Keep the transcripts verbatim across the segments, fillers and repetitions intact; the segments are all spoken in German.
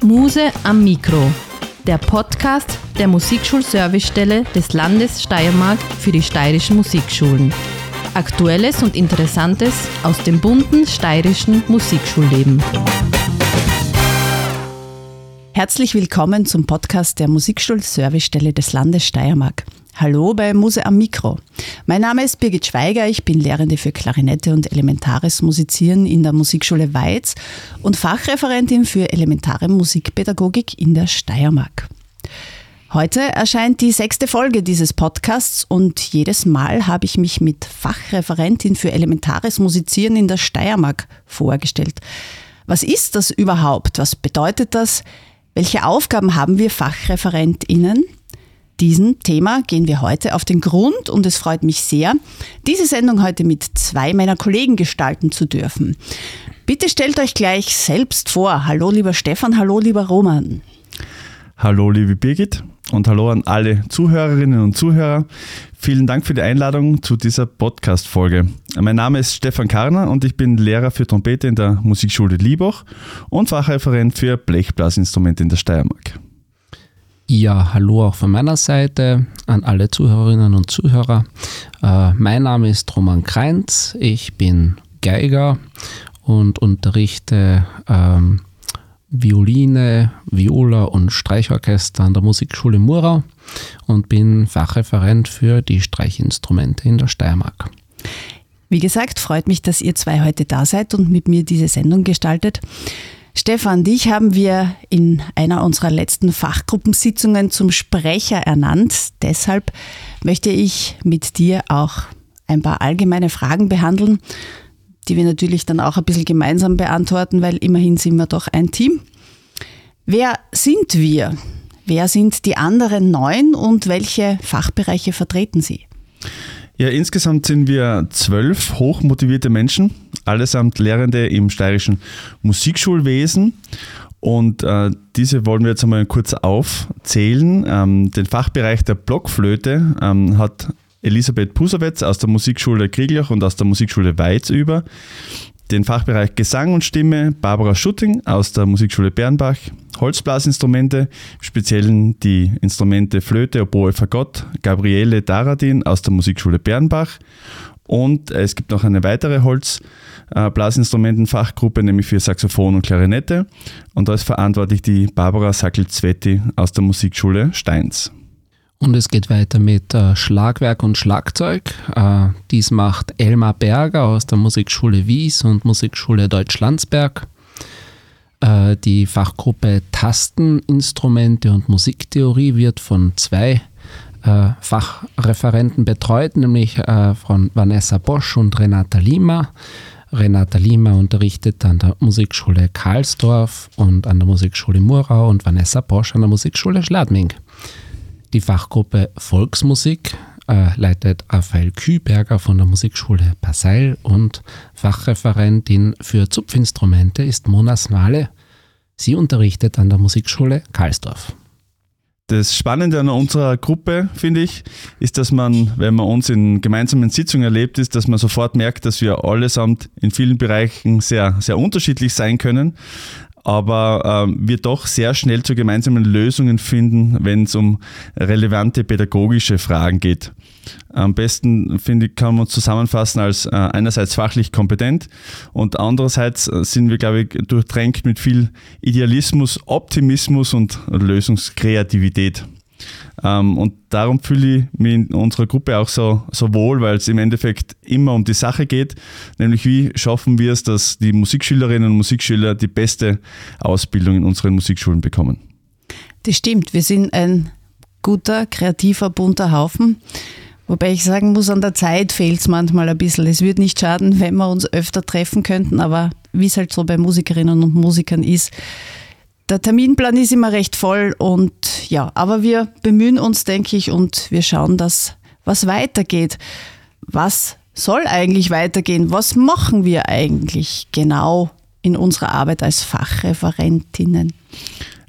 Muse am Mikro, der Podcast der Musikschulservicestelle des Landes Steiermark für die steirischen Musikschulen. Aktuelles und Interessantes aus dem bunten steirischen Musikschulleben. Herzlich willkommen zum Podcast der Musikschulservicestelle des Landes Steiermark. Hallo bei Muse am Mikro. Mein Name ist Birgit Schweiger, ich bin Lehrende für Klarinette und elementares Musizieren in der Musikschule Weiz und Fachreferentin für elementare Musikpädagogik in der Steiermark. Heute erscheint die sechste Folge dieses Podcasts und jedes Mal habe ich mich mit Fachreferentin für elementares Musizieren in der Steiermark vorgestellt. Was ist das überhaupt? Was bedeutet das? Welche Aufgaben haben wir FachreferentInnen? Diesem Thema gehen wir heute auf den Grund und es freut mich sehr, diese Sendung heute mit zwei meiner Kollegen gestalten zu dürfen. Bitte stellt euch gleich selbst vor. Hallo lieber Stefan, hallo lieber Roman. Hallo liebe Birgit und hallo an alle Zuhörerinnen und Zuhörer. Vielen Dank für die Einladung zu dieser Podcast-Folge. Mein Name ist Stefan Karner und ich bin Lehrer für Trompete in der Musikschule Liebach und Fachreferent für Blechblasinstrumente in der Steiermark. Ja, hallo auch von meiner Seite an alle Zuhörerinnen und Zuhörer. Äh, mein Name ist Roman Kreinz, ich bin Geiger und unterrichte ähm, Violine, Viola und Streichorchester an der Musikschule Murau und bin Fachreferent für die Streichinstrumente in der Steiermark. Wie gesagt, freut mich, dass ihr zwei heute da seid und mit mir diese Sendung gestaltet. Stefan, dich haben wir in einer unserer letzten Fachgruppensitzungen zum Sprecher ernannt. Deshalb möchte ich mit dir auch ein paar allgemeine Fragen behandeln, die wir natürlich dann auch ein bisschen gemeinsam beantworten, weil immerhin sind wir doch ein Team. Wer sind wir? Wer sind die anderen neun und welche Fachbereiche vertreten sie? Ja, insgesamt sind wir zwölf hochmotivierte Menschen, allesamt Lehrende im steirischen Musikschulwesen. Und äh, diese wollen wir jetzt einmal kurz aufzählen. Ähm, den Fachbereich der Blockflöte ähm, hat Elisabeth Pusowetz aus der Musikschule Krieglach und aus der Musikschule Weiz über. Den Fachbereich Gesang und Stimme Barbara Schutting aus der Musikschule Bernbach. Holzblasinstrumente, im Speziellen die Instrumente Flöte, Oboe, Fagott, Gabriele Daradin aus der Musikschule Bernbach. Und es gibt noch eine weitere Holzblasinstrumentenfachgruppe, nämlich für Saxophon und Klarinette. Und da ist verantwortlich die Barbara Sackel-Zwetti aus der Musikschule Steins. Und es geht weiter mit äh, Schlagwerk und Schlagzeug. Äh, dies macht Elmar Berger aus der Musikschule Wies und Musikschule Deutsch-Landsberg. Äh, die Fachgruppe Tasteninstrumente und Musiktheorie wird von zwei äh, Fachreferenten betreut, nämlich äh, von Vanessa Bosch und Renata Lima. Renata Lima unterrichtet an der Musikschule Karlsdorf und an der Musikschule Murau und Vanessa Bosch an der Musikschule Schladming. Die Fachgruppe Volksmusik äh, leitet Raphael Küberger von der Musikschule Passeil und Fachreferentin für Zupfinstrumente ist Mona Smale. Sie unterrichtet an der Musikschule Karlsdorf. Das Spannende an unserer Gruppe, finde ich, ist, dass man, wenn man uns in gemeinsamen Sitzungen erlebt, ist, dass man sofort merkt, dass wir allesamt in vielen Bereichen sehr, sehr unterschiedlich sein können. Aber äh, wir doch sehr schnell zu gemeinsamen Lösungen finden, wenn es um relevante pädagogische Fragen geht. Am besten, finde ich, kann man uns zusammenfassen als äh, einerseits fachlich kompetent und andererseits sind wir, glaube ich, durchtränkt mit viel Idealismus, Optimismus und Lösungskreativität. Ähm, und darum fühle ich mich in unserer Gruppe auch so, so wohl, weil es im Endeffekt immer um die Sache geht, nämlich wie schaffen wir es, dass die Musikschülerinnen und Musikschüler die beste Ausbildung in unseren Musikschulen bekommen. Das stimmt, wir sind ein guter, kreativer, bunter Haufen. Wobei ich sagen muss, an der Zeit fehlt es manchmal ein bisschen. Es würde nicht schaden, wenn wir uns öfter treffen könnten, aber wie es halt so bei Musikerinnen und Musikern ist, der Terminplan ist immer recht voll und ja, aber wir bemühen uns, denke ich, und wir schauen, dass was weitergeht. Was soll eigentlich weitergehen? Was machen wir eigentlich genau in unserer Arbeit als Fachreferentinnen?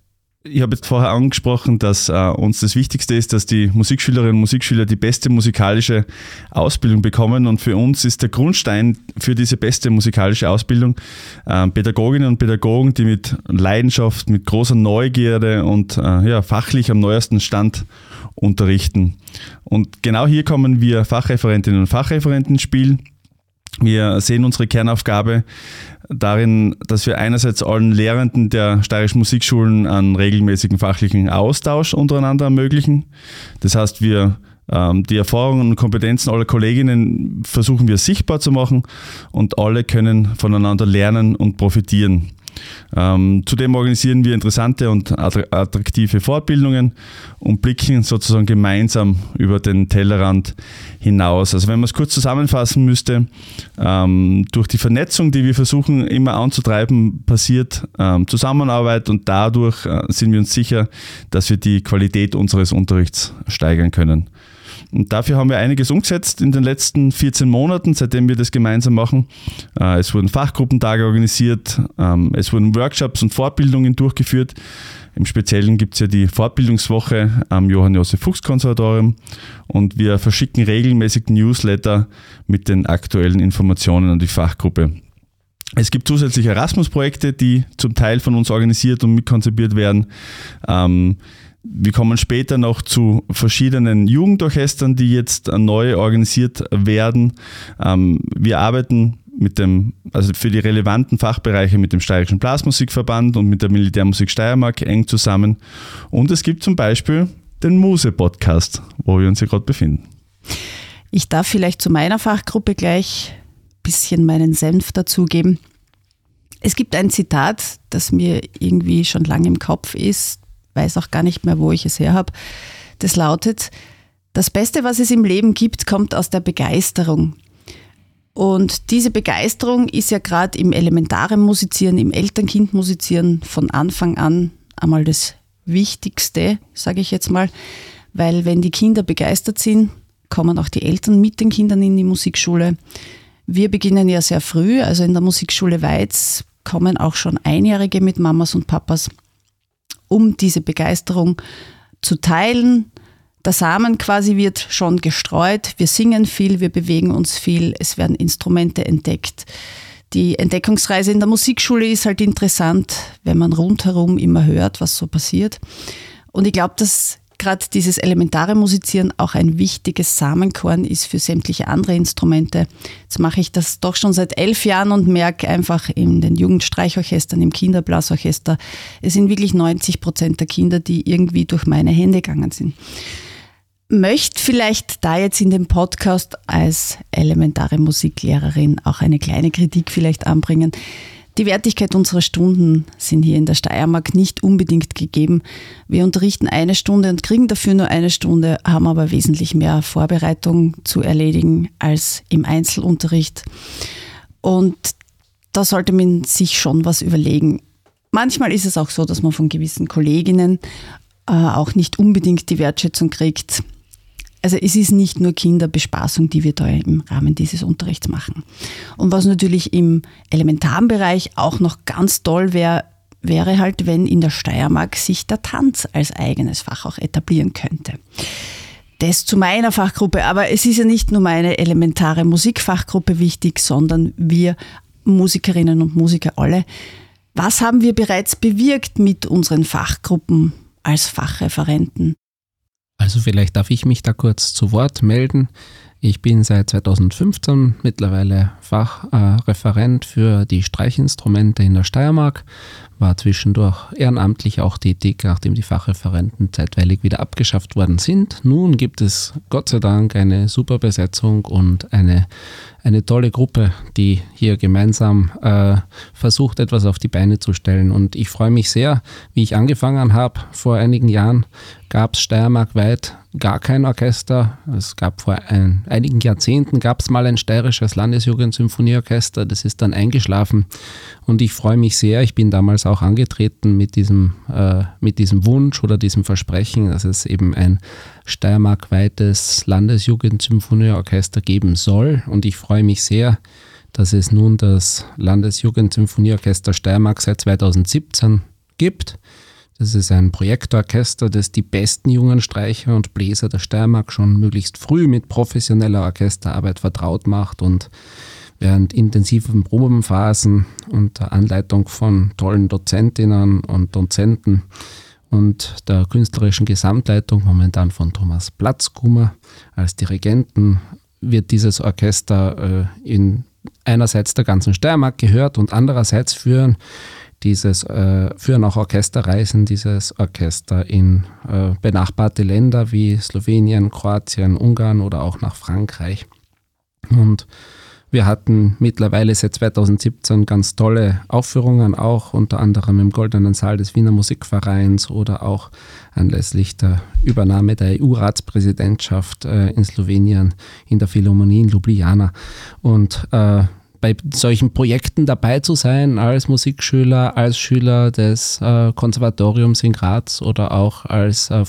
Ich habe jetzt vorher angesprochen, dass äh, uns das Wichtigste ist, dass die Musikschülerinnen und Musikschüler die beste musikalische Ausbildung bekommen. Und für uns ist der Grundstein für diese beste musikalische Ausbildung äh, Pädagoginnen und Pädagogen, die mit Leidenschaft, mit großer Neugierde und äh, ja, fachlich am neuesten Stand unterrichten. Und genau hier kommen wir Fachreferentinnen und Fachreferenten ins Spiel. Wir sehen unsere Kernaufgabe darin, dass wir einerseits allen Lehrenden der steirischen Musikschulen einen regelmäßigen fachlichen Austausch untereinander ermöglichen. Das heißt, wir ähm, die Erfahrungen und Kompetenzen aller Kolleginnen versuchen wir sichtbar zu machen und alle können voneinander lernen und profitieren. Ähm, zudem organisieren wir interessante und attraktive Fortbildungen und blicken sozusagen gemeinsam über den Tellerrand hinaus. Also wenn man es kurz zusammenfassen müsste, ähm, durch die Vernetzung, die wir versuchen immer anzutreiben, passiert ähm, Zusammenarbeit und dadurch äh, sind wir uns sicher, dass wir die Qualität unseres Unterrichts steigern können. Und dafür haben wir einiges umgesetzt in den letzten vierzehn Monaten, seitdem wir das gemeinsam machen. Es wurden Fachgruppentage organisiert, es wurden Workshops und Fortbildungen durchgeführt. Im Speziellen gibt es ja die Fortbildungswoche am Johann-Josef-Fuchs-Konservatorium und wir verschicken regelmäßig Newsletter mit den aktuellen Informationen an die Fachgruppe. Es gibt zusätzlich Erasmus-Projekte, die zum Teil von uns organisiert und mitkonzipiert werden. Wir kommen später noch zu verschiedenen Jugendorchestern, die jetzt neu organisiert werden. Wir arbeiten mit dem, also für die relevanten Fachbereiche mit dem Steirischen Blasmusikverband und mit der Militärmusik Steiermark eng zusammen. Und es gibt zum Beispiel den Muse-Podcast, wo wir uns hier gerade befinden. Ich darf vielleicht zu meiner Fachgruppe gleich ein bisschen meinen Senf dazugeben. Es gibt ein Zitat, das mir irgendwie schon lange im Kopf ist, weiß auch gar nicht mehr, wo ich es her habe. Das lautet: Das Beste, was es im Leben gibt, kommt aus der Begeisterung. Und diese Begeisterung ist ja gerade im elementaren Musizieren, im Eltern-Kind-Musizieren von Anfang an einmal das Wichtigste, sage ich jetzt mal, weil wenn die Kinder begeistert sind, kommen auch die Eltern mit den Kindern in die Musikschule. Wir beginnen ja sehr früh, also in der Musikschule Weiz kommen auch schon Einjährige mit Mamas und Papas, um diese Begeisterung zu teilen. Der Samen quasi wird schon gestreut. Wir singen viel, wir bewegen uns viel, es werden Instrumente entdeckt. Die Entdeckungsreise in der Musikschule ist halt interessant, wenn man rundherum immer hört, was so passiert. Und ich glaube, dass gerade dieses elementare Musizieren auch ein wichtiges Samenkorn ist für sämtliche andere Instrumente. Jetzt mache ich das doch schon seit elf Jahren und merke einfach in den Jugendstreichorchestern, im Kinderblasorchester, es sind wirklich neunzig Prozent der Kinder, die irgendwie durch meine Hände gegangen sind. Möchte vielleicht da jetzt in dem Podcast als elementare Musiklehrerin auch eine kleine Kritik vielleicht anbringen. Die Wertigkeit unserer Stunden sind hier in der Steiermark nicht unbedingt gegeben. Wir unterrichten eine Stunde und kriegen dafür nur eine Stunde, haben aber wesentlich mehr Vorbereitung zu erledigen als im Einzelunterricht. Und da sollte man sich schon was überlegen. Manchmal ist es auch so, dass man von gewissen Kolleginnen äh, auch nicht unbedingt die Wertschätzung kriegt. Also es ist nicht nur Kinderbespaßung, die wir da im Rahmen dieses Unterrichts machen. Und was natürlich im elementaren Bereich auch noch ganz toll wäre, wäre halt, wenn in der Steiermark sich der Tanz als eigenes Fach auch etablieren könnte. Das zu meiner Fachgruppe, aber es ist ja nicht nur meine elementare Musikfachgruppe wichtig, sondern wir Musikerinnen und Musiker alle. Was haben wir bereits bewirkt mit unseren Fachgruppen als Fachreferenten? Also vielleicht darf ich mich da kurz zu Wort melden. Ich bin seit zweitausendfünfzehn mittlerweile Fachreferent für die Streichinstrumente in der Steiermark, war zwischendurch ehrenamtlich auch tätig, nachdem die Fachreferenten zeitweilig wieder abgeschafft worden sind. Nun gibt es Gott sei Dank eine super Besetzung und eine, eine tolle Gruppe, die hier gemeinsam äh, versucht, etwas auf die Beine zu stellen. Und ich freue mich sehr, wie ich angefangen habe vor einigen Jahren, gab es steiermarkweit gar kein Orchester. Es gab vor ein, einigen Jahrzehnten gab es mal ein steirisches Landesjugendsymphonieorchester, das ist dann eingeschlafen und ich freue mich sehr, ich bin damals auch angetreten mit diesem, äh, mit diesem Wunsch oder diesem Versprechen, dass es eben ein steiermarkweites Landesjugendsymphonieorchester geben soll und ich freue mich sehr, dass es nun das Landesjugendsymphonieorchester Steiermark seit zweitausendsiebzehn gibt. Das ist ein Projektorchester, das die besten jungen Streicher und Bläser der Steiermark schon möglichst früh mit professioneller Orchesterarbeit vertraut macht und während intensiven Probenphasen unter Anleitung von tollen Dozentinnen und Dozenten und der künstlerischen Gesamtleitung, momentan von Thomas Platzkummer als Dirigenten, wird dieses Orchester äh, in einerseits der ganzen Steiermark gehört und andererseits führen dieses äh, führen auch Orchesterreisen dieses Orchester in äh, benachbarte Länder wie Slowenien, Kroatien, Ungarn oder auch nach Frankreich. Und wir hatten mittlerweile seit zweitausendsiebzehn ganz tolle Aufführungen, auch unter anderem im Goldenen Saal des Wiener Musikvereins oder auch anlässlich der Übernahme der E U-Ratspräsidentschaft äh, in Slowenien in der Philharmonie in Ljubljana. Und äh, bei solchen Projekten dabei zu sein, als Musikschüler, als Schüler des äh, Konservatoriums in Graz oder auch als äh,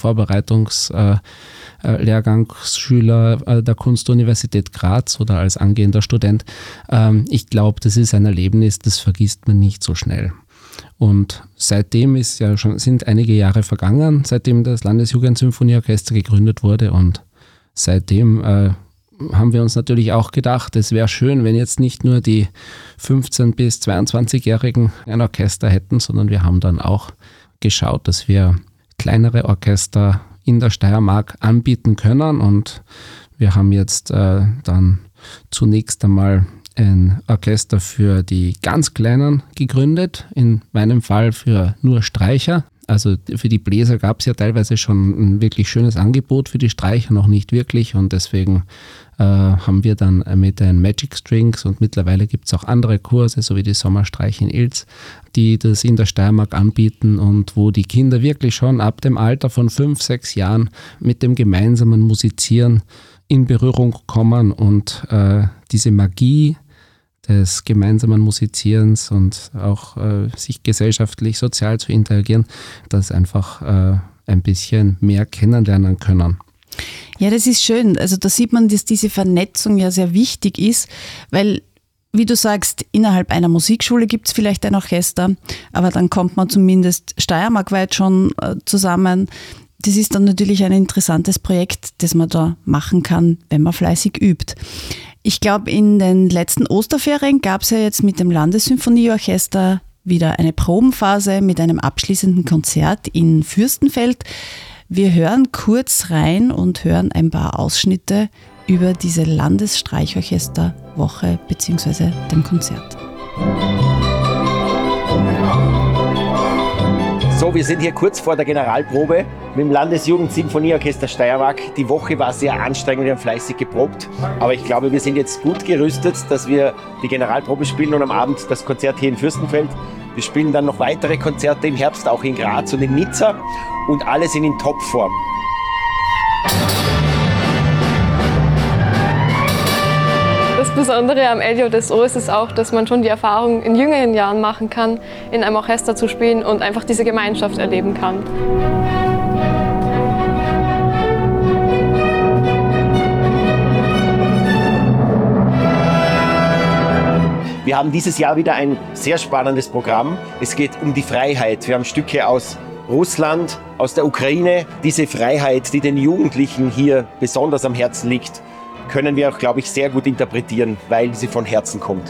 Vorbereitungslehrgangsschüler äh, äh, der Kunstuniversität Graz oder als angehender Student, ähm, ich glaube, das ist ein Erlebnis, das vergisst man nicht so schnell. Und seitdem ist ja schon, sind einige Jahre vergangen, seitdem das Landesjugendsymphonieorchester gegründet wurde, und seitdem äh, haben wir uns natürlich auch gedacht, es wäre schön, wenn jetzt nicht nur die fünfzehn- bis zweiundzwanzigjährigen ein Orchester hätten, sondern wir haben dann auch geschaut, dass wir kleinere Orchester in der Steiermark anbieten können, und wir haben jetzt äh, dann zunächst einmal ein Orchester für die ganz Kleinen gegründet, in meinem Fall für nur Streicher. Also für die Bläser gab es ja teilweise schon ein wirklich schönes Angebot, für die Streicher noch nicht wirklich, und deswegen äh, haben wir dann mit den Magic Strings, und mittlerweile gibt es auch andere Kurse, so wie die Sommerstreich in Ilz, die das in der Steiermark anbieten und wo die Kinder wirklich schon ab dem Alter von fünf, sechs Jahren mit dem gemeinsamen Musizieren in Berührung kommen und äh, diese Magie des gemeinsamen Musizierens und auch äh, sich gesellschaftlich, sozial zu interagieren, das einfach äh, ein bisschen mehr kennenlernen können. Ja, das ist schön. Also da sieht man, dass diese Vernetzung ja sehr wichtig ist, weil, wie du sagst, innerhalb einer Musikschule gibt es vielleicht ein Orchester, aber dann kommt man zumindest steiermarkweit schon äh, zusammen. Das ist dann natürlich ein interessantes Projekt, das man da machen kann, wenn man fleißig übt. Ich glaube, in den letzten Osterferien gab es ja jetzt mit dem Landessymphonieorchester wieder eine Probenphase mit einem abschließenden Konzert in Fürstenfeld. Wir hören kurz rein und hören ein paar Ausschnitte über diese Landesstreichorchesterwoche bzw. dem Konzert. So, wir sind hier kurz vor der Generalprobe mit dem Landesjugendsymphonieorchester Steiermark. Die Woche war sehr anstrengend, wir haben fleißig geprobt, aber ich glaube, wir sind jetzt gut gerüstet, dass wir die Generalprobe spielen und am Abend das Konzert hier in Fürstenfeld. Wir spielen dann noch weitere Konzerte im Herbst, auch in Graz und in Nizza, und alle sind in Topform. Das Besondere am L J S O ist es auch, dass man schon die Erfahrung in jüngeren Jahren machen kann, in einem Orchester zu spielen und einfach diese Gemeinschaft erleben kann. Wir haben dieses Jahr wieder ein sehr spannendes Programm. Es geht um die Freiheit. Wir haben Stücke aus Russland, aus der Ukraine. Diese Freiheit, die den Jugendlichen hier besonders am Herzen liegt, können wir auch, glaube ich, sehr gut interpretieren, weil sie von Herzen kommt.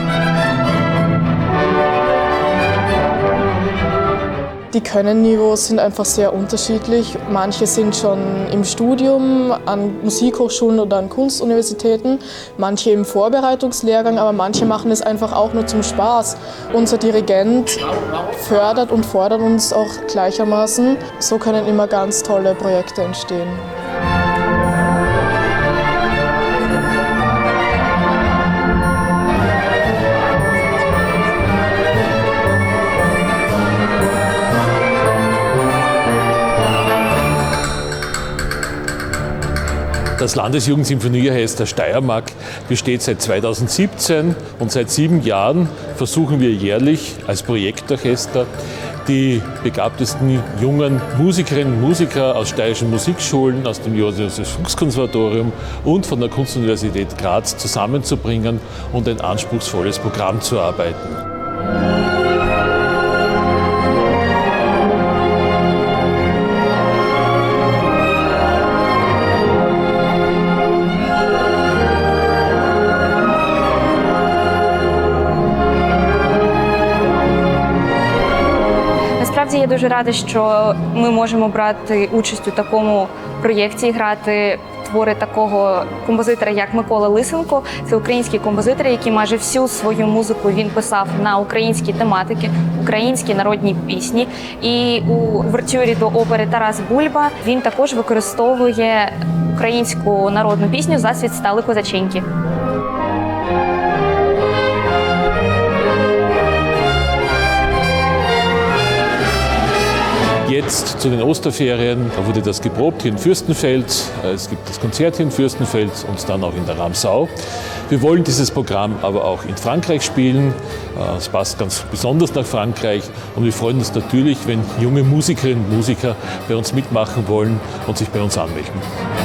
Die Können-Niveaus sind einfach sehr unterschiedlich. Manche sind schon im Studium an Musikhochschulen oder an Kunstuniversitäten, manche im Vorbereitungslehrgang, aber manche machen es einfach auch nur zum Spaß. Unser Dirigent fördert und fordert uns auch gleichermaßen. So können immer ganz tolle Projekte entstehen. Das Landesjugendsymphonieorchester Steiermark besteht seit zweitausendsiebzehn, und seit sieben Jahren versuchen wir jährlich als Projektorchester die begabtesten jungen Musikerinnen und Musiker aus steirischen Musikschulen, aus dem Johannes-Fuchs-Konservatorium und von der Kunstuniversität Graz zusammenzubringen und ein anspruchsvolles Programm zu erarbeiten. Наразі я дуже рада, що ми можемо брати участь у такому проєкті, грати твори такого композитора, як Микола Лисенко. Це український композитор, який майже всю свою музику він писав на українські тематики, українські народні пісні. І у увертюрі до опери Тарас Бульба він також використовує українську народну пісню «Засвіт стали козаченьки». Jetzt zu den Osterferien, da wurde das geprobt hier in Fürstenfeld. Es gibt das Konzert hier in Fürstenfeld und dann auch in der Ramsau. Wir wollen dieses Programm aber auch in Frankreich spielen. Es passt ganz besonders nach Frankreich und wir freuen uns natürlich, wenn junge Musikerinnen und Musiker bei uns mitmachen wollen und sich bei uns anmelden.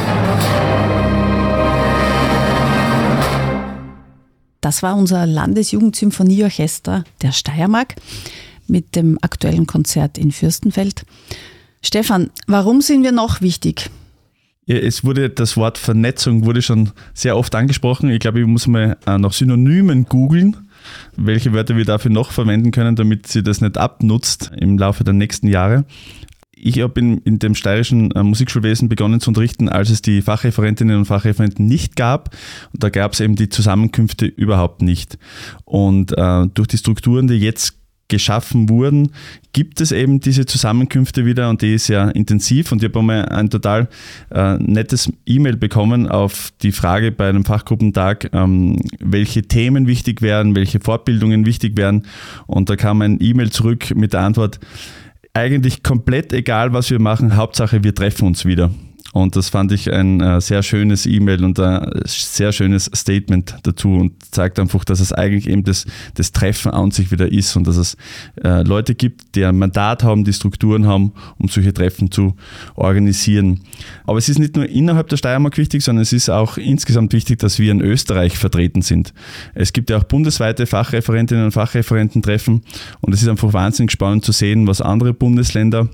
Das war unser Landesjugendsymphonieorchester der Steiermark mit dem aktuellen Konzert in Fürstenfeld. Stefan, warum sind wir noch wichtig? Ja, es wurde das Wort Vernetzung wurde schon sehr oft angesprochen. Ich glaube, ich muss mal nach Synonymen googeln, welche Wörter wir dafür noch verwenden können, damit sie das nicht abnutzt im Laufe der nächsten Jahre. Ich habe in, in dem steirischen äh, Musikschulwesen begonnen zu unterrichten, als es die Fachreferentinnen und Fachreferenten nicht gab. Und da gab es eben die Zusammenkünfte überhaupt nicht. Und äh, durch die Strukturen, die jetzt geschaffen wurden, gibt es eben diese Zusammenkünfte wieder und die ist sehr intensiv. Und ich habe einmal ein total äh, nettes E-Mail bekommen auf die Frage bei einem Fachgruppentag, ähm, welche Themen wichtig wären, welche Fortbildungen wichtig wären. Und da kam ein E-Mail zurück mit der Antwort, eigentlich komplett egal, was wir machen, Hauptsache wir treffen uns wieder. Und das fand ich ein äh, sehr schönes E-Mail und ein sehr schönes Statement dazu und zeigt einfach, dass es eigentlich eben das, das Treffen an sich wieder ist und dass es äh, Leute gibt, die ein Mandat haben, die Strukturen haben, um solche Treffen zu organisieren. Aber es ist nicht nur innerhalb der Steiermark wichtig, sondern es ist auch insgesamt wichtig, dass wir in Österreich vertreten sind. Es gibt ja auch bundesweite Fachreferentinnen und Fachreferententreffen und es ist einfach wahnsinnig spannend zu sehen, was andere Bundesländer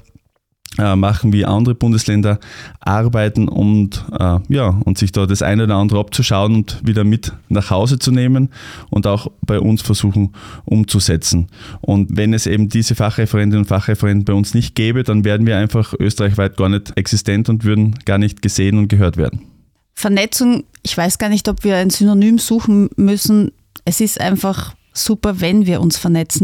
machen, wie andere Bundesländer arbeiten und, äh, ja, und sich da das eine oder andere abzuschauen und wieder mit nach Hause zu nehmen und auch bei uns versuchen umzusetzen. Und wenn es eben diese Fachreferentinnen und Fachreferenten bei uns nicht gäbe, dann wären wir einfach österreichweit gar nicht existent und würden gar nicht gesehen und gehört werden. Vernetzung, ich weiß gar nicht, ob wir ein Synonym suchen müssen. Es ist einfach super, wenn wir uns vernetzen.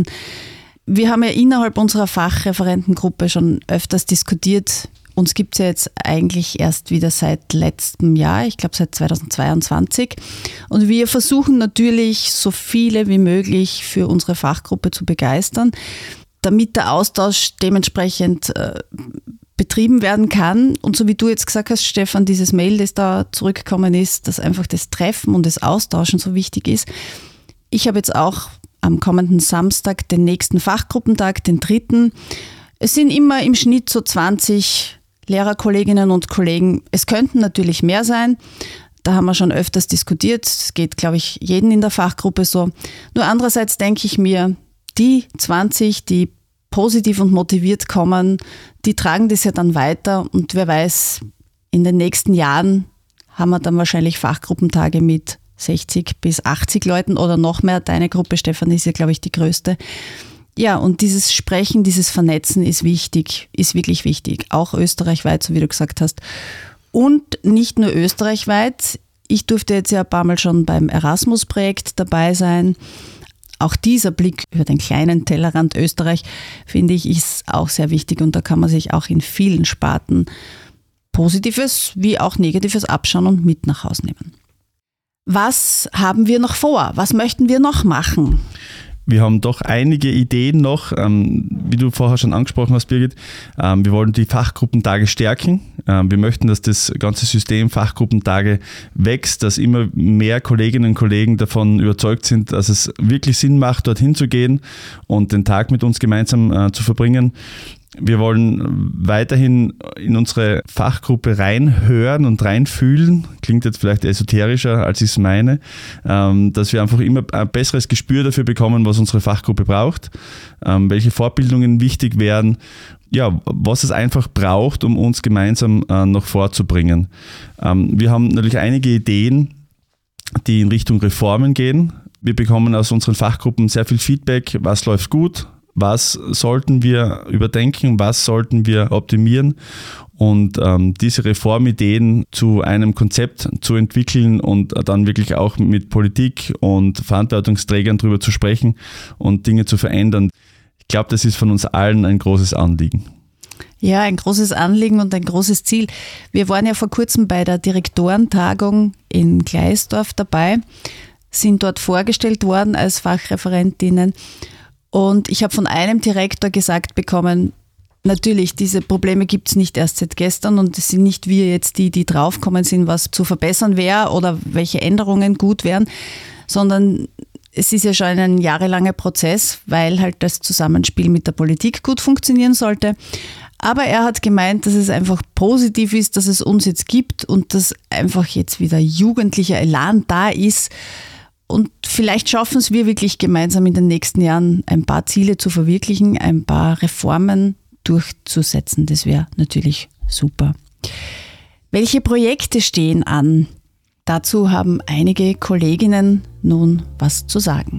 Wir haben ja innerhalb unserer Fachreferentengruppe schon öfters diskutiert. Uns gibt es ja jetzt eigentlich erst wieder seit letztem Jahr, ich glaube seit zweitausendzweiundzwanzig. Und wir versuchen natürlich, so viele wie möglich für unsere Fachgruppe zu begeistern, damit der Austausch dementsprechend äh, betrieben werden kann. Und so wie du jetzt gesagt hast, Stefan, dieses Mail, das da zurückgekommen ist, dass einfach das Treffen und das Austauschen so wichtig ist. Ich habe jetzt auch am kommenden Samstag den nächsten Fachgruppentag, den dritten. Es sind immer im Schnitt so zwanzig Lehrerkolleginnen und Kollegen. Es könnten natürlich mehr sein. Da haben wir schon öfters diskutiert. Es geht, glaube ich, jeden in der Fachgruppe so. Nur andererseits denke ich mir, die zwanzig, die positiv und motiviert kommen, die tragen das ja dann weiter. Und wer weiß, in den nächsten Jahren haben wir dann wahrscheinlich Fachgruppentage mit sechzig bis achtzig Leuten oder noch mehr. Deine Gruppe, Stefan, ist ja, glaube ich, die größte. Ja, und dieses Sprechen, dieses Vernetzen ist wichtig, ist wirklich wichtig. Auch österreichweit, so wie du gesagt hast. Und nicht nur österreichweit. Ich durfte jetzt ja ein paar Mal schon beim Erasmus-Projekt dabei sein. Auch dieser Blick über den kleinen Tellerrand Österreich, finde ich, ist auch sehr wichtig. Und da kann man sich auch in vielen Sparten Positives wie auch Negatives abschauen und mit nach Hause nehmen. Was haben wir noch vor? Was möchten wir noch machen? Wir haben doch einige Ideen noch, ähm, wie du vorher schon angesprochen hast, Birgit. Ähm, wir wollen die Fachgruppentage stärken. Ähm, wir möchten, dass das ganze System Fachgruppentage wächst, dass immer mehr Kolleginnen und Kollegen davon überzeugt sind, dass es wirklich Sinn macht, dorthin zu gehen und den Tag mit uns gemeinsam äh, zu verbringen. Wir wollen weiterhin in unsere Fachgruppe reinhören und reinfühlen. Klingt jetzt vielleicht esoterischer, als ich es meine. Dass wir einfach immer ein besseres Gespür dafür bekommen, was unsere Fachgruppe braucht, welche Fortbildungen wichtig wären, ja, was es einfach braucht, um uns gemeinsam noch vorzubringen. Wir haben natürlich einige Ideen, die in Richtung Reformen gehen. Wir bekommen aus unseren Fachgruppen sehr viel Feedback, was läuft gut, was sollten wir überdenken, was sollten wir optimieren und ähm, diese Reformideen zu einem Konzept zu entwickeln und dann wirklich auch mit Politik und Verantwortungsträgern darüber zu sprechen und Dinge zu verändern. Ich glaube, das ist von uns allen ein großes Anliegen. Ja, ein großes Anliegen und ein großes Ziel. Wir waren ja vor kurzem bei der Direktorentagung in Gleisdorf dabei, sind dort vorgestellt worden als Fachreferentinnen. Und ich habe von einem Direktor gesagt bekommen, natürlich, diese Probleme gibt es nicht erst seit gestern und es sind nicht wir jetzt die, die draufkommen sind, was zu verbessern wäre oder welche Änderungen gut wären, sondern es ist ja schon ein jahrelanger Prozess, weil halt das Zusammenspiel mit der Politik gut funktionieren sollte. Aber er hat gemeint, dass es einfach positiv ist, dass es uns jetzt gibt und dass einfach jetzt wieder jugendlicher Elan da ist. Und vielleicht schaffen es wir wirklich gemeinsam in den nächsten Jahren ein paar Ziele zu verwirklichen, ein paar Reformen durchzusetzen. Das wäre natürlich super. Welche Projekte stehen an? Dazu haben einige Kolleginnen nun was zu sagen.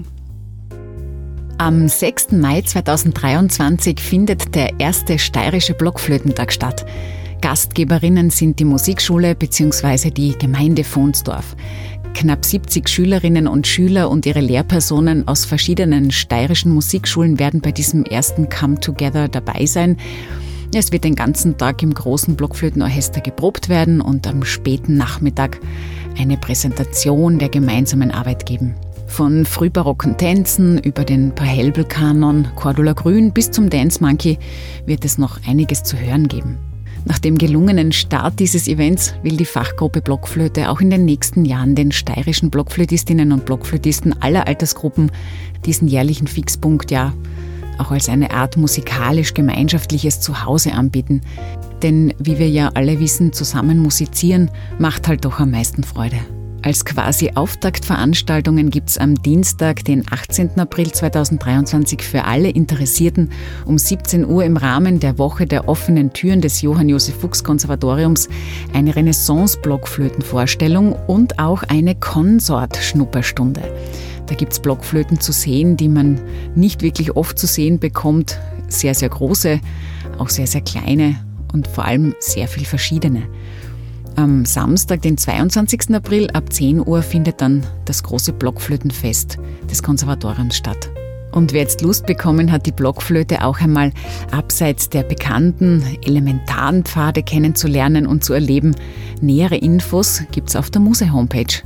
Am sechsten Mai zweitausenddreiundzwanzig findet der erste steirische Blockflötentag statt. Gastgeberinnen sind die Musikschule bzw. die Gemeinde Vonsdorf. Knapp siebzig Schülerinnen und Schüler und ihre Lehrpersonen aus verschiedenen steirischen Musikschulen werden bei diesem ersten Come-Together dabei sein. Es wird den ganzen Tag im großen Blockflötenorchester geprobt werden und am späten Nachmittag eine Präsentation der gemeinsamen Arbeit geben. Von frühbarocken Tänzen über den Pahälbel-Kanon, Cordula Grün bis zum Dance Monkey wird es noch einiges zu hören geben. Nach dem gelungenen Start dieses Events will die Fachgruppe Blockflöte auch in den nächsten Jahren den steirischen Blockflötistinnen und Blockflötisten aller Altersgruppen diesen jährlichen Fixpunkt ja auch als eine Art musikalisch-gemeinschaftliches Zuhause anbieten. Denn wie wir ja alle wissen, zusammen musizieren macht halt doch am meisten Freude. Als quasi Auftaktveranstaltungen gibt es am Dienstag, den achtzehnten April zweitausenddreiundzwanzig für alle Interessierten um siebzehn Uhr im Rahmen der Woche der offenen Türen des Johann Josef Fuchs Konservatoriums eine Renaissance-Blockflötenvorstellung und auch eine Konsort-Schnupperstunde. Da gibt es Blockflöten zu sehen, die man nicht wirklich oft zu sehen bekommt. Sehr, sehr große, auch sehr, sehr kleine und vor allem sehr viel verschiedene. Am Samstag, den zweiundzwanzigsten April ab zehn Uhr findet dann das große Blockflötenfest des Konservatoriums statt. Und wer jetzt Lust bekommen hat, die Blockflöte auch einmal abseits der bekannten elementaren Pfade kennenzulernen und zu erleben, nähere Infos gibt's auf der Muse-Homepage.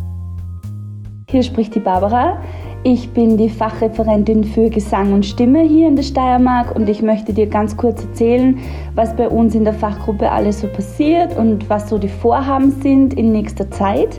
Hier spricht die Barbara. Ich bin die Fachreferentin für Gesang und Stimme hier in der Steiermark und ich möchte dir ganz kurz erzählen, was bei uns in der Fachgruppe alles so passiert und was so die Vorhaben sind in nächster Zeit.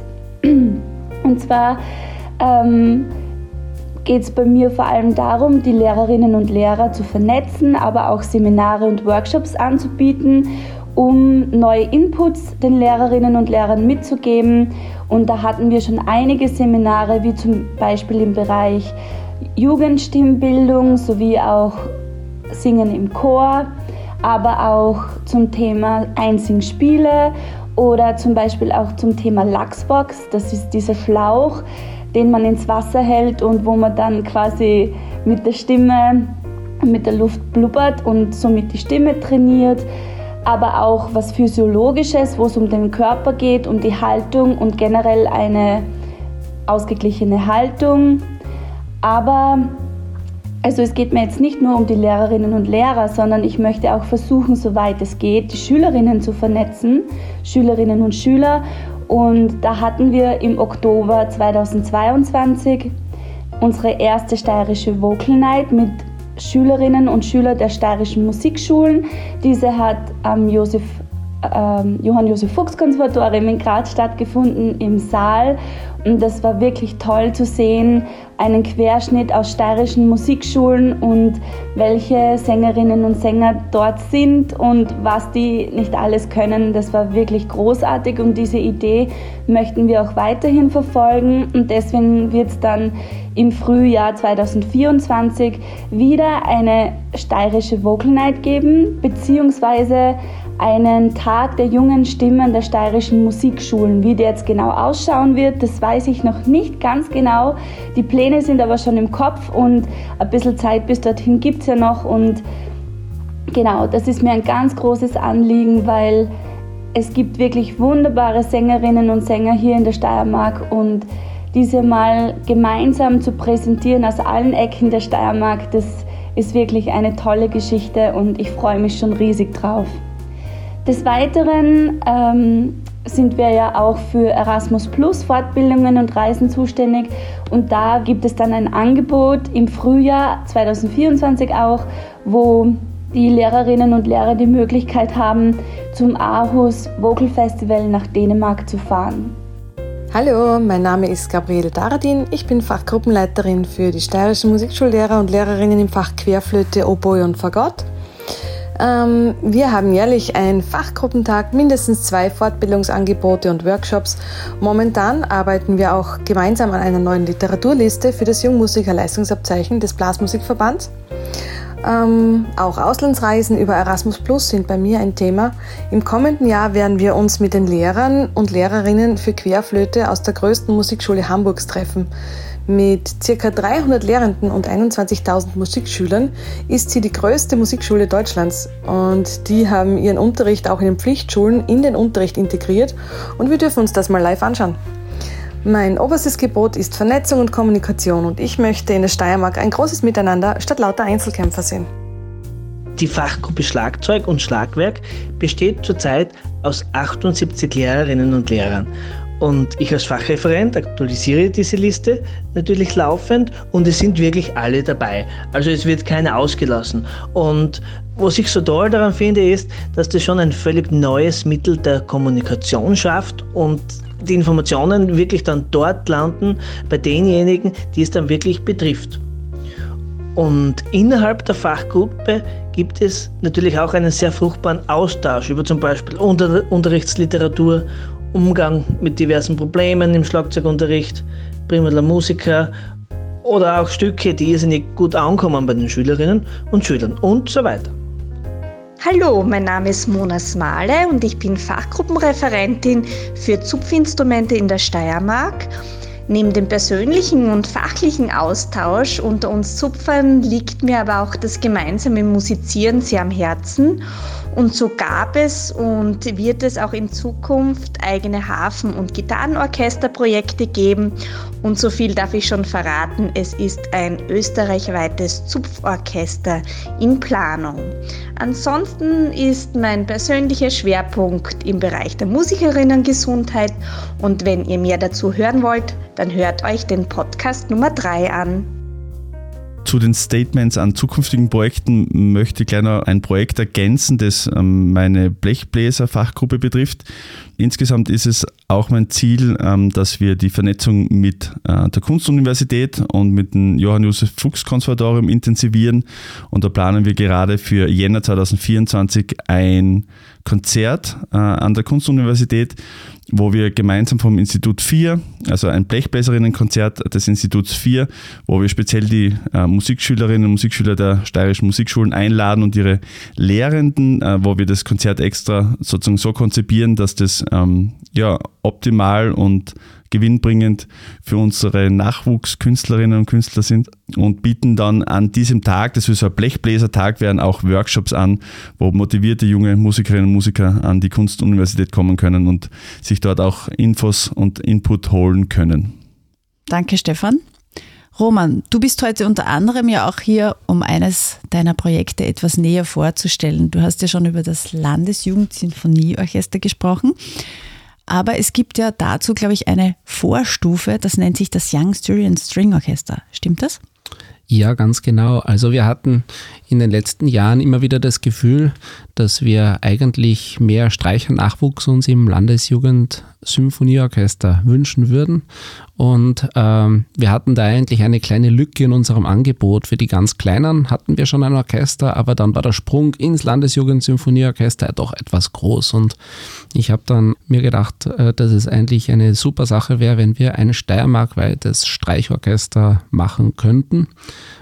Und zwar ähm, geht es bei mir vor allem darum, die Lehrerinnen und Lehrer zu vernetzen, aber auch Seminare und Workshops anzubieten, um neue Inputs den Lehrerinnen und Lehrern mitzugeben. Und da hatten wir schon einige Seminare, wie zum Beispiel im Bereich Jugendstimmbildung sowie auch Singen im Chor, aber auch zum Thema Einsingspiele oder zum Beispiel auch zum Thema Lachsbox. Das ist dieser Schlauch, den man ins Wasser hält und wo man dann quasi mit der Stimme, mit der Luft blubbert und somit die Stimme trainiert. Aber auch was Physiologisches, wo es um den Körper geht, um die Haltung und generell eine ausgeglichene Haltung. Aber also es geht mir jetzt nicht nur um die Lehrerinnen und Lehrer, sondern ich möchte auch versuchen, soweit es geht, die Schülerinnen zu vernetzen, Schülerinnen und Schüler. Und da hatten wir im Oktober zweitausendzweiundzwanzig unsere erste steirische Vocal Night mit Schülerinnen und Schüler der steirischen Musikschulen. Diese hat am Josef, ähm, Johann Josef Fuchs Konservatorium in Graz stattgefunden im Saal. Und das war wirklich toll zu sehen, einen Querschnitt aus steirischen Musikschulen und welche Sängerinnen und Sänger dort sind und was die nicht alles können. Das war wirklich großartig und diese Idee möchten wir auch weiterhin verfolgen. Und deswegen wird es dann im Frühjahr zweitausendvierundzwanzig wieder eine steirische Vocal Night geben, beziehungsweise einen Tag der jungen Stimmen der steirischen Musikschulen. Wie der jetzt genau ausschauen wird, das weiß ich noch nicht ganz genau. Die Pläne sind aber schon im Kopf und ein bisschen Zeit bis dorthin gibt es ja noch. Und genau, das ist mir ein ganz großes Anliegen, weil es gibt wirklich wunderbare Sängerinnen und Sänger hier in der Steiermark und diese mal gemeinsam zu präsentieren aus allen Ecken der Steiermark, das ist wirklich eine tolle Geschichte und ich freue mich schon riesig drauf. Des Weiteren ähm, sind wir ja auch für Erasmus Plus Fortbildungen und Reisen zuständig und da gibt es dann ein Angebot im Frühjahr zwanzig vierundzwanzig auch, wo die Lehrerinnen und Lehrer die Möglichkeit haben, zum Aarhus Vocal Festival nach Dänemark zu fahren. Hallo, mein Name ist Gabriele Daradin. Ich bin Fachgruppenleiterin für die steirischen Musikschullehrer und Lehrerinnen im Fach Querflöte, Oboe und Fagott. Ähm, wir haben jährlich einen Fachgruppentag, mindestens zwei Fortbildungsangebote und Workshops. Momentan arbeiten wir auch gemeinsam an einer neuen Literaturliste für das Jungmusiker-Leistungsabzeichen des Blasmusikverbands. Ähm, auch Auslandsreisen über Erasmus Plus sind bei mir ein Thema. Im kommenden Jahr werden wir uns mit den Lehrern und Lehrerinnen für Querflöte aus der größten Musikschule Hamburgs treffen. Mit ca. dreihundert Lehrenden und einundzwanzigtausend Musikschülern ist sie die größte Musikschule Deutschlands und die haben ihren Unterricht auch in den Pflichtschulen in den Unterricht integriert und wir dürfen uns das mal live anschauen. Mein oberstes Gebot ist Vernetzung und Kommunikation und ich möchte in der Steiermark ein großes Miteinander statt lauter Einzelkämpfer sehen. Die Fachgruppe Schlagzeug und Schlagwerk besteht zurzeit aus achtundsiebzig Lehrerinnen und Lehrern. Und ich als Fachreferent aktualisiere diese Liste natürlich laufend und es sind wirklich alle dabei. Also es wird keiner ausgelassen. Und was ich so toll daran finde, ist, dass das schon ein völlig neues Mittel der Kommunikation schafft und die Informationen wirklich dann dort landen bei denjenigen, die es dann wirklich betrifft. Und innerhalb der Fachgruppe gibt es natürlich auch einen sehr fruchtbaren Austausch über zum Beispiel Unter- Unterrichtsliteratur, Umgang mit diversen Problemen im Schlagzeugunterricht, Primadler Musiker oder auch Stücke, die irrsinnig gut ankommen bei den Schülerinnen und Schülern und so weiter. Hallo, mein Name ist Mona Smale und ich bin Fachgruppenreferentin für Zupfinstrumente in der Steiermark. Neben dem persönlichen und fachlichen Austausch unter uns Zupfern liegt mir aber auch das gemeinsame Musizieren sehr am Herzen. Und so gab es und wird es auch in Zukunft eigene Hafen- und Gitarrenorchesterprojekte geben. Und so viel darf ich schon verraten, es ist ein österreichweites Zupforchester in Planung. Ansonsten ist mein persönlicher Schwerpunkt im Bereich der Musikerinnengesundheit. Und wenn ihr mehr dazu hören wollt, dann hört euch den Podcast Nummer drei an. Zu den Statements an zukünftigen Projekten möchte ich gleich noch ein Projekt ergänzen, das meine Blechbläser-Fachgruppe betrifft. Insgesamt ist es auch mein Ziel, dass wir die Vernetzung mit der Kunstuniversität und mit dem Johann-Josef-Fuchs-Konservatorium intensivieren. Und da planen wir gerade für Jänner zwanzig vierundzwanzig ein Konzert an der Kunstuniversität, wo wir gemeinsam vom Institut vier, also ein Blechbläserinnenkonzert des Instituts vier, wo wir speziell die äh, Musikschülerinnen und Musikschüler der steirischen Musikschulen einladen und ihre Lehrenden, äh, wo wir das Konzert extra sozusagen so konzipieren, dass das ähm, ja, optimal und gewinnbringend für unsere Nachwuchskünstlerinnen und Künstler sind und bieten dann an diesem Tag, das wird so ein Blechbläsertag werden, auch Workshops an, wo motivierte junge Musikerinnen und Musiker an die Kunstuniversität kommen können und sich dort auch Infos und Input holen können. Danke, Stefan. Roman, du bist heute unter anderem ja auch hier, um eines deiner Projekte etwas näher vorzustellen. Du hast ja schon über das Landesjugendsinfonieorchester gesprochen. Aber es gibt ja dazu, glaube ich, eine Vorstufe, das nennt sich das Young Styrian String Orchester. Stimmt das? Ja, ganz genau. Also wir hatten in den letzten Jahren immer wieder das Gefühl, dass wir eigentlich mehr Streichernachwuchs uns im Landesjugendsymphonieorchester wünschen würden. Und ähm, wir hatten da eigentlich eine kleine Lücke in unserem Angebot. Für die ganz Kleinen hatten wir schon ein Orchester, aber dann war der Sprung ins Landesjugendsymphonieorchester ja doch etwas groß. Und ich habe dann mir gedacht, äh, dass es eigentlich eine super Sache wäre, wenn wir ein steiermarkweites Streichorchester machen könnten.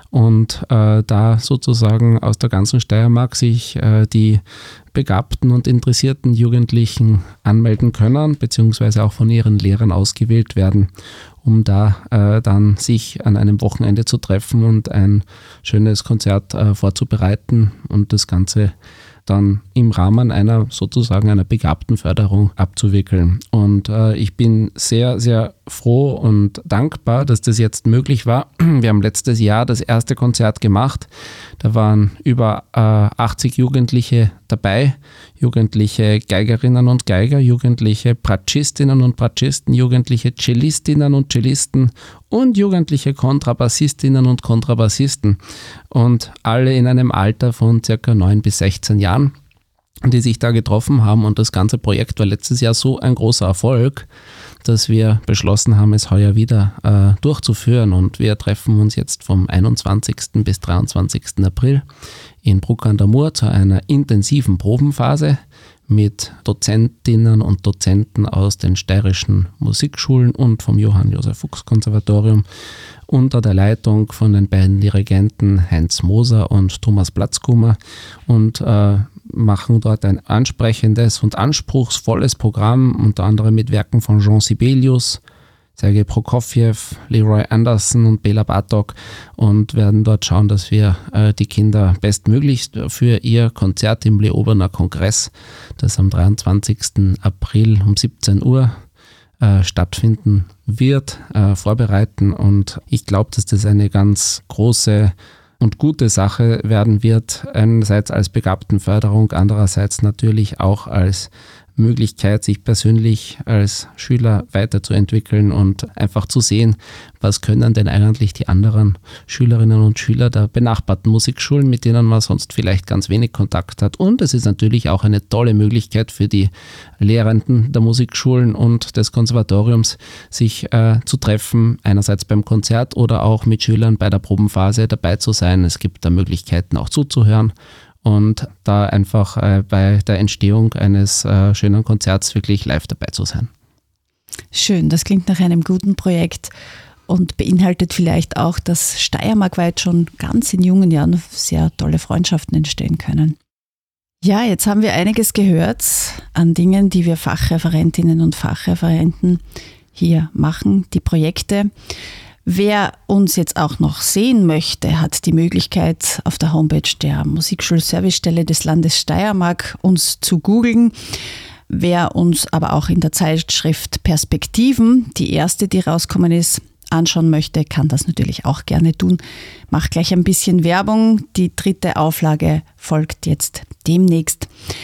und äh, da sozusagen aus der ganzen Steiermark sich äh, die begabten und interessierten Jugendlichen anmelden können, beziehungsweise auch von ihren Lehrern ausgewählt werden, um da äh, dann sich an einem Wochenende zu treffen und ein schönes Konzert äh, vorzubereiten und das Ganze dann im Rahmen einer sozusagen einer Begabtenförderung abzuwickeln. Und äh, ich bin sehr, sehr froh und dankbar, dass das jetzt möglich war. Wir haben letztes Jahr das erste Konzert gemacht. Da waren über äh, achtzig Jugendliche dabei, jugendliche Geigerinnen und Geiger, jugendliche Bratschistinnen und Bratschisten, jugendliche Cellistinnen und Cellisten und jugendliche Kontrabassistinnen und Kontrabassisten. Und alle in einem Alter von circa neun bis sechzehn Jahren, die sich da getroffen haben. Und das ganze Projekt war letztes Jahr so ein großer Erfolg, dass wir beschlossen haben, es heuer wieder äh, durchzuführen. Und wir treffen uns jetzt vom einundzwanzigsten bis dreiundzwanzigsten April in Bruck an der Mur zu einer intensiven Probenphase mit Dozentinnen und Dozenten aus den steirischen Musikschulen und vom Johann Josef Fuchs Konservatorium unter der Leitung von den beiden Dirigenten Heinz Moser und Thomas Platzkummer und äh, machen dort ein ansprechendes und anspruchsvolles Programm, unter anderem mit Werken von Jean Sibelius, Sergei Prokofjew, Leroy Anderson und Bela Bartok und werden dort schauen, dass wir äh, die Kinder bestmöglichst für ihr Konzert im Leoberner Kongress, das am dreiundzwanzigsten April um siebzehn Uhr äh, stattfinden wird, äh, vorbereiten. Und ich glaube, dass das eine ganz große und gute Sache werden wird, einerseits als Begabtenförderung, andererseits natürlich auch als Möglichkeit, sich persönlich als Schüler weiterzuentwickeln und einfach zu sehen, was können denn eigentlich die anderen Schülerinnen und Schüler der benachbarten Musikschulen, mit denen man sonst vielleicht ganz wenig Kontakt hat. Und es ist natürlich auch eine tolle Möglichkeit für die Lehrenden der Musikschulen und des Konservatoriums, sich äh, zu treffen, einerseits beim Konzert oder auch mit Schülern bei der Probenphase dabei zu sein. Es gibt da Möglichkeiten auch zuzuhören und da einfach äh, bei der Entstehung eines äh, schönen Konzerts wirklich live dabei zu sein. Schön, das klingt nach einem guten Projekt und beinhaltet vielleicht auch, dass steiermarkweit schon ganz in jungen Jahren sehr tolle Freundschaften entstehen können. Ja, jetzt haben wir einiges gehört an Dingen, die wir Fachreferentinnen und Fachreferenten hier machen, die Projekte. Wer uns jetzt auch noch sehen möchte, hat die Möglichkeit, auf der Homepage der Musikschulservicestelle des Landes Steiermark uns zu googeln. Wer uns aber auch in der Zeitschrift Perspektiven, die erste, die rauskommen ist, anschauen möchte, kann das natürlich auch gerne tun. Mach gleich ein bisschen Werbung. Die dritte Auflage folgt jetzt demnächst.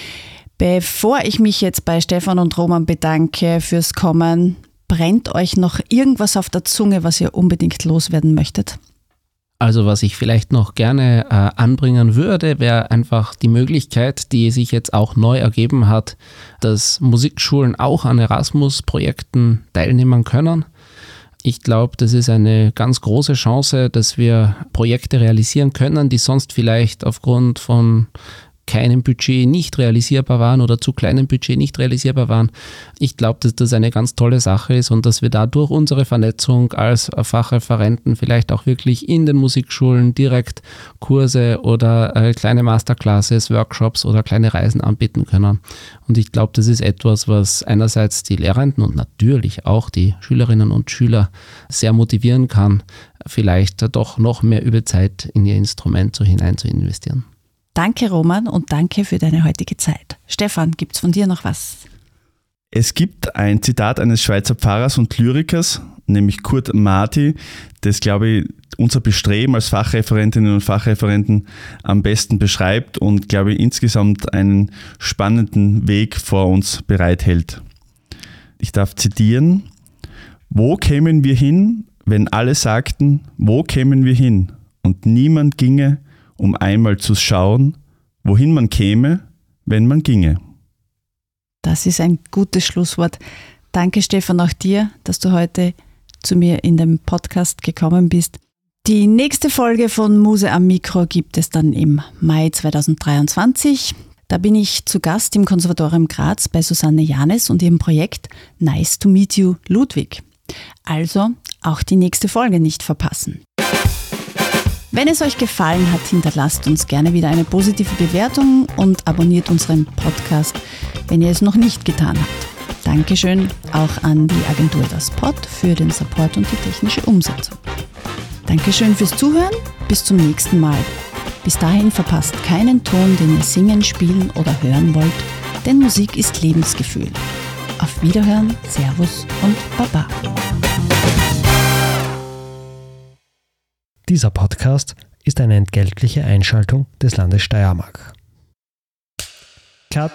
Bevor ich mich jetzt bei Stefan und Roman bedanke fürs Kommen, brennt euch noch irgendwas auf der Zunge, was ihr unbedingt loswerden möchtet? Also was ich vielleicht noch gerne äh, anbringen würde, wäre einfach die Möglichkeit, die sich jetzt auch neu ergeben hat, dass Musikschulen auch an Erasmus-Projekten teilnehmen können. Ich glaube, das ist eine ganz große Chance, dass wir Projekte realisieren können, die sonst vielleicht aufgrund von keinem Budget nicht realisierbar waren oder zu kleinem Budget nicht realisierbar waren. Ich glaube, dass das eine ganz tolle Sache ist und dass wir dadurch unsere Vernetzung als Fachreferenten vielleicht auch wirklich in den Musikschulen direkt Kurse oder äh, kleine Masterclasses, Workshops oder kleine Reisen anbieten können. Und ich glaube, das ist etwas, was einerseits die Lehrenden und natürlich auch die Schülerinnen und Schüler sehr motivieren kann, vielleicht doch noch mehr über Zeit in ihr Instrument so hinein zu investieren. Danke, Roman, und danke für deine heutige Zeit. Stefan, gibt's von dir noch was? Es gibt ein Zitat eines Schweizer Pfarrers und Lyrikers, nämlich Kurt Marti, das, glaube ich, unser Bestreben als Fachreferentinnen und Fachreferenten am besten beschreibt und, glaube ich, insgesamt einen spannenden Weg vor uns bereithält. Ich darf zitieren: Wo kämen wir hin, wenn alle sagten, wo kämen wir hin? Und niemand ginge, um einmal zu schauen, wohin man käme, wenn man ginge. Das ist ein gutes Schlusswort. Danke, Stefan, auch dir, dass du heute zu mir in dem Podcast gekommen bist. Die nächste Folge von Muse am Mikro gibt es dann im Mai zweitausenddreiundzwanzig. Da bin ich zu Gast im Konservatorium Graz bei Susanne Janes und ihrem Projekt Nice to Meet You Ludwig. Also auch die nächste Folge nicht verpassen. Wenn es euch gefallen hat, hinterlasst uns gerne wieder eine positive Bewertung und abonniert unseren Podcast, wenn ihr es noch nicht getan habt. Dankeschön auch an die Agentur Das Pod für den Support und die technische Umsetzung. Dankeschön fürs Zuhören, bis zum nächsten Mal. Bis dahin verpasst keinen Ton, den ihr singen, spielen oder hören wollt, denn Musik ist Lebensgefühl. Auf Wiederhören, Servus und Baba. Dieser Podcast ist eine entgeltliche Einschaltung des Landes Steiermark. Cut.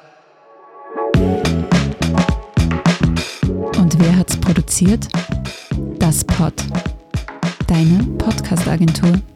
Und wer hat's produziert? Das Pod. Deine Podcast-Agentur.